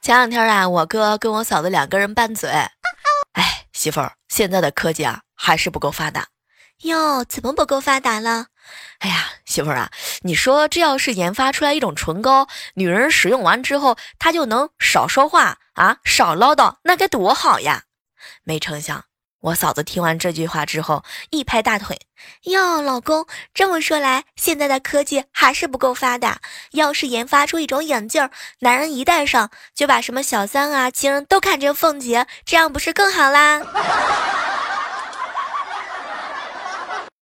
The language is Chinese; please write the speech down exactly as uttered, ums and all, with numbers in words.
前两天啊，我哥跟我嫂子两个人拌嘴，哎，媳妇儿，现在的科技啊还是不够发达。 哟，怎么不够发达了？ 哎呀，媳妇儿啊，你说这要是研发出来一种唇膏，女人使用完之后，她就能少说话啊，少唠叨，那该多好呀！没成想，我嫂子听完这句话之后，一拍大腿， 哟，老公，这么说来，现在的科技还是不够发达。要是研发出一种眼镜，男人一戴上就把什么小三啊、情人都看成凤姐，这样不是更好啦？